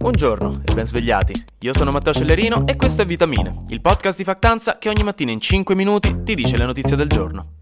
Buongiorno e ben svegliati. Io sono Matteo Cellerino e questo è Vitamine, il podcast di Factanza che ogni mattina in 5 minuti ti dice le notizie del giorno.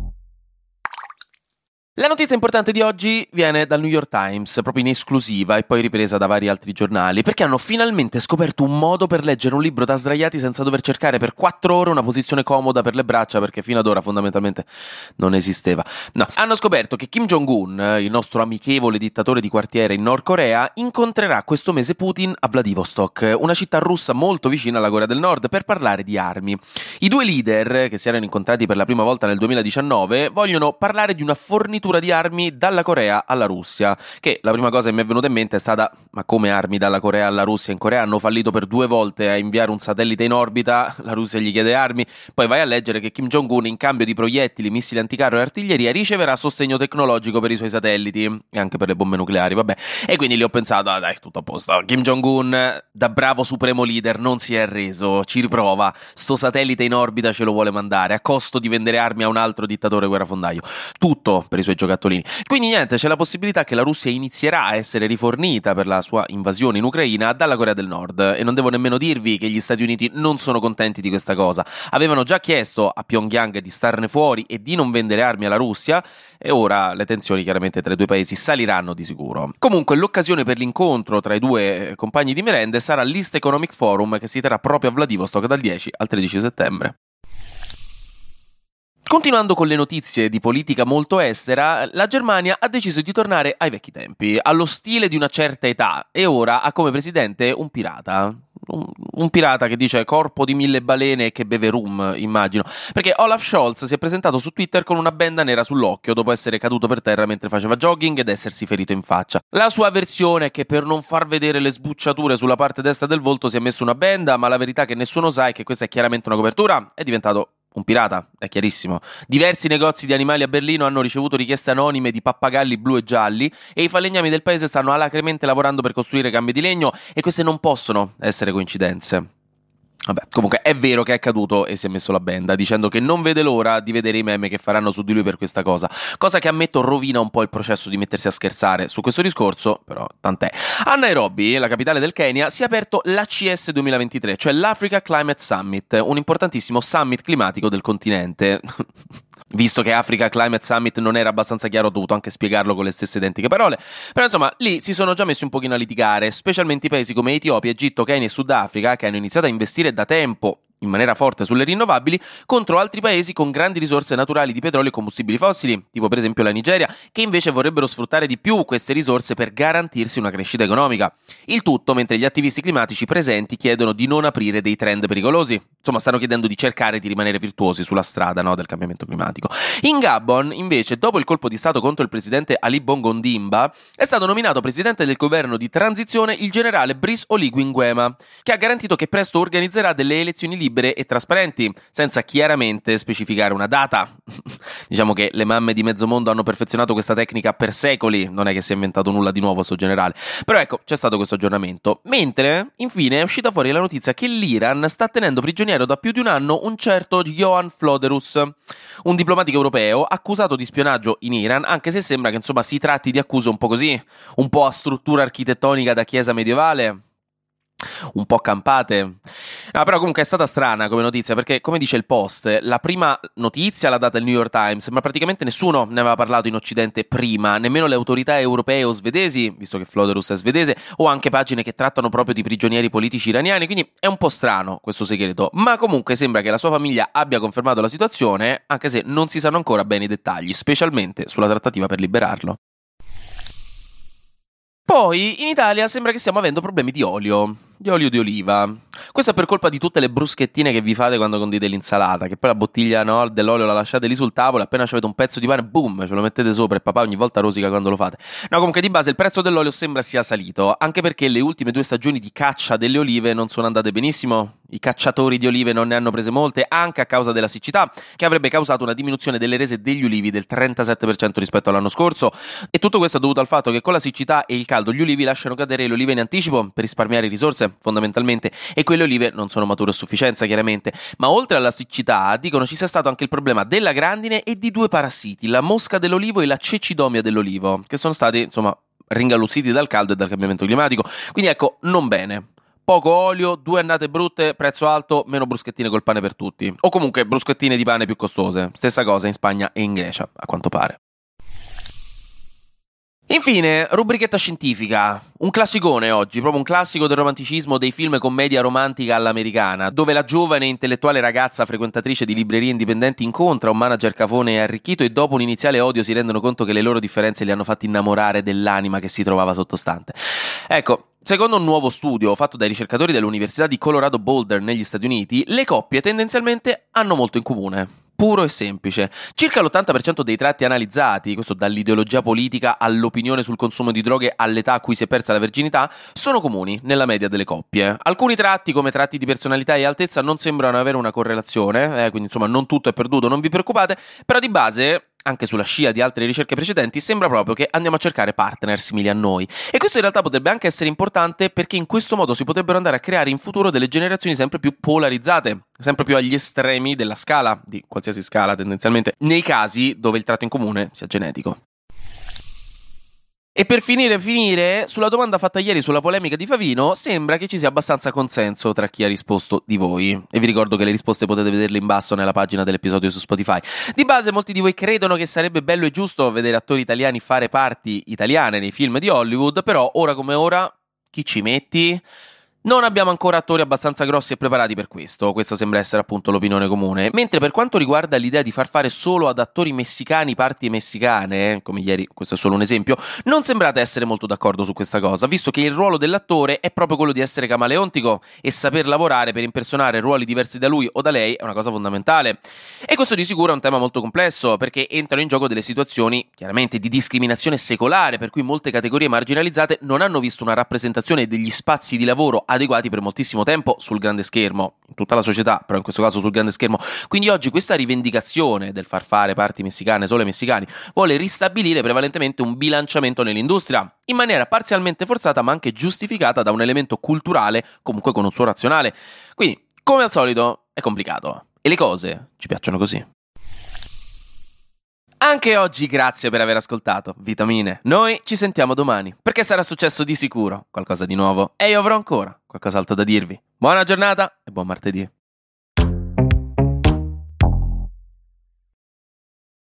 La notizia importante di oggi viene dal New York Times, proprio in esclusiva e poi ripresa da vari altri giornali, perché hanno finalmente scoperto un modo per leggere un libro da sdraiati senza dover cercare per 4 ore una posizione comoda per le braccia, perché fino ad ora fondamentalmente non esisteva. No, hanno scoperto che Kim Jong-un, il nostro amichevole dittatore di quartiere in Nord Corea, incontrerà questo mese Putin a Vladivostok, una città russa molto vicina alla Corea del Nord, per parlare di armi. I due leader, che si erano incontrati per la prima volta nel 2019, vogliono parlare di una fornitura di armi dalla Corea alla Russia, che la prima cosa che mi è venuta in mente è stata: ma come armi dalla Corea alla Russia? In Corea hanno fallito per 2 volte a inviare un satellite in orbita, la Russia gli chiede armi, poi vai a leggere che Kim Jong-un in cambio di proiettili, missili anticarro e artiglieria riceverà sostegno tecnologico per i suoi satelliti e anche per le bombe nucleari, vabbè. E quindi lì ho pensato, dai, tutto a posto. Kim Jong-un, da bravo supremo leader, non si è arreso, ci riprova, sto satellite in orbita ce lo vuole mandare a costo di vendere armi a un altro dittatore guerrafondaio, tutto per i suoi giocattolini. Quindi niente, c'è la possibilità che la Russia inizierà a essere rifornita per la sua invasione in Ucraina dalla Corea del Nord, e non devo nemmeno dirvi che gli Stati Uniti non sono contenti di questa cosa. Avevano già chiesto a Pyongyang di starne fuori e di non vendere armi alla Russia, e ora le tensioni chiaramente tra i due paesi saliranno di sicuro. Comunque l'occasione per l'incontro tra i due compagni di merende sarà l'East Economic Forum, che si terrà proprio a Vladivostok dal 10 al 13 settembre. Continuando con le notizie di politica molto estera, la Germania ha deciso di tornare ai vecchi tempi, allo stile di una certa età, e ora ha come presidente un pirata. Un pirata che dice corpo di 1000 balene e che beve rum, immagino, perché Olaf Scholz si è presentato su Twitter con una benda nera sull'occhio dopo essere caduto per terra mentre faceva jogging ed essersi ferito in faccia. La sua versione è che per non far vedere le sbucciature sulla parte destra del volto si è messo una benda, ma la verità che nessuno sa è che questa è chiaramente una copertura. È diventato un pirata, è chiarissimo. Diversi negozi di animali a Berlino hanno ricevuto richieste anonime di pappagalli blu e gialli e i falegnami del paese stanno alacremente lavorando per costruire gambe di legno, e queste non possono essere coincidenze. Vabbè, comunque è vero che è caduto e si è messo la benda, dicendo che non vede l'ora di vedere i meme che faranno su di lui per questa cosa che ammetto rovina un po' il processo di mettersi a scherzare su questo discorso, però tant'è. A Nairobi, la capitale del Kenya, si è aperto l'ACS 2023, cioè l'Africa Climate Summit, un importantissimo summit climatico del continente. Visto che Africa Climate Summit non era abbastanza chiaro, ho dovuto anche spiegarlo con le stesse identiche parole. Però insomma, lì si sono già messi un pochino a litigare, specialmente i paesi come Etiopia, Egitto, Kenya e Sudafrica, che hanno iniziato a investire da tempo in maniera forte sulle rinnovabili, contro altri paesi con grandi risorse naturali di petrolio e combustibili fossili, tipo per esempio la Nigeria, che invece vorrebbero sfruttare di più queste risorse per garantirsi una crescita economica. Il tutto mentre gli attivisti climatici presenti chiedono di non aprire dei trend pericolosi. Insomma, stanno chiedendo di cercare di rimanere virtuosi sulla strada, no, del cambiamento climatico. In Gabon, invece, dopo il colpo di stato contro il presidente Ali Bongo Ondimba, è stato nominato presidente del governo di transizione il generale Brice Oligui Nguema, che ha garantito che presto organizzerà delle elezioni libere e trasparenti, senza chiaramente specificare una data. Diciamo che le mamme di mezzo mondo hanno perfezionato questa tecnica per secoli, non è che si è inventato nulla di nuovo sto generale. Però ecco, c'è stato questo aggiornamento. Mentre, infine, è uscita fuori la notizia che l'Iran sta tenendo prigioniero da più di un anno un certo Johan Floderus, un diplomatico europeo accusato di spionaggio in Iran, anche se sembra che insomma si tratti di accuse un po' così, un po' a struttura architettonica da chiesa medievale, un po' campate. No, però comunque è stata strana come notizia, perché come dice il Post, la prima notizia l'ha data il New York Times, ma praticamente nessuno ne aveva parlato in Occidente prima, nemmeno le autorità europee o svedesi, visto che Floderus è svedese, o anche pagine che trattano proprio di prigionieri politici iraniani, quindi è un po' strano questo segreto, ma comunque sembra che la sua famiglia abbia confermato la situazione, anche se non si sanno ancora bene i dettagli, specialmente sulla trattativa per liberarlo. Poi in Italia sembra che stiamo avendo problemi di olio di oliva. Questo è per colpa di tutte le bruschettine che vi fate quando condite l'insalata, che poi la bottiglia, no, dell'olio la lasciate lì sul tavolo e appena avete un pezzo di pane, boom, ce lo mettete sopra e papà ogni volta rosica quando lo fate. No, comunque di base il prezzo dell'olio sembra sia salito, anche perché le ultime 2 stagioni di caccia delle olive non sono andate benissimo. I cacciatori di olive non ne hanno prese molte, anche a causa della siccità, che avrebbe causato una diminuzione delle rese degli ulivi del 37% rispetto all'anno scorso. E tutto questo è dovuto al fatto che con la siccità e il caldo gli ulivi lasciano cadere le olive in anticipo per risparmiare risorse, fondamentalmente, e quelle olive non sono mature a sufficienza, chiaramente. Ma oltre alla siccità, dicono ci sia stato anche il problema della grandine e di 2 parassiti, la mosca dell'olivo e la cecidomia dell'olivo, che sono stati, insomma, ringalluzziti dal caldo e dal cambiamento climatico. Quindi ecco, non bene. Poco olio, 2 annate brutte, prezzo alto, meno bruschettine col pane per tutti. O comunque bruschettine di pane più costose. Stessa cosa in Spagna e in Grecia, a quanto pare. Infine, rubrichetta scientifica. Un classicone oggi, proprio un classico del romanticismo dei film commedia romantica all'americana, dove la giovane e intellettuale ragazza frequentatrice di librerie indipendenti incontra un manager cafone e arricchito e dopo un iniziale odio si rendono conto che le loro differenze li hanno fatti innamorare dell'anima che si trovava sottostante. Ecco, secondo un nuovo studio fatto dai ricercatori dell'Università di Colorado Boulder negli Stati Uniti, le coppie tendenzialmente hanno molto in comune. Puro e semplice. Circa l'80% dei tratti analizzati, questo dall'ideologia politica all'opinione sul consumo di droghe all'età a cui si è persa la verginità, sono comuni nella media delle coppie. Alcuni tratti, come tratti di personalità e altezza, non sembrano avere una correlazione, quindi insomma non tutto è perduto, non vi preoccupate, però di base, anche sulla scia di altre ricerche precedenti, sembra proprio che andiamo a cercare partner simili a noi. E questo in realtà potrebbe anche essere importante perché in questo modo si potrebbero andare a creare in futuro delle generazioni sempre più polarizzate, sempre più agli estremi della scala, di qualsiasi scala tendenzialmente, nei casi dove il tratto in comune sia genetico. E per finire, sulla domanda fatta ieri sulla polemica di Favino, sembra che ci sia abbastanza consenso tra chi ha risposto di voi. E vi ricordo che le risposte potete vederle in basso nella pagina dell'episodio su Spotify. Di base, molti di voi credono che sarebbe bello e giusto vedere attori italiani fare parti italiane nei film di Hollywood, però ora come ora, chi ci metti? Non abbiamo ancora attori abbastanza grossi e preparati per questo, questa sembra essere appunto l'opinione comune, mentre per quanto riguarda l'idea di far fare solo ad attori messicani parti messicane, come ieri, questo è solo un esempio, non sembrate essere molto d'accordo su questa cosa, visto che il ruolo dell'attore è proprio quello di essere camaleontico e saper lavorare per impersonare ruoli diversi da lui o da lei è una cosa fondamentale. E questo di sicuro è un tema molto complesso, perché entrano in gioco delle situazioni, chiaramente, di discriminazione secolare, per cui molte categorie marginalizzate non hanno visto una rappresentazione degli spazi di lavoro adeguati per moltissimo tempo sul grande schermo, in tutta la società, però in questo caso sul grande schermo. Quindi oggi questa rivendicazione del far fare parti messicane solo ai messicani vuole ristabilire prevalentemente un bilanciamento nell'industria, in maniera parzialmente forzata ma anche giustificata da un elemento culturale, comunque con un suo razionale. Quindi, come al solito, è complicato. E le cose ci piacciono così. Anche oggi grazie per aver ascoltato, vitamine. Noi ci sentiamo domani, perché sarà successo di sicuro qualcosa di nuovo e io avrò ancora qualcos'altro da dirvi. Buona giornata e buon martedì.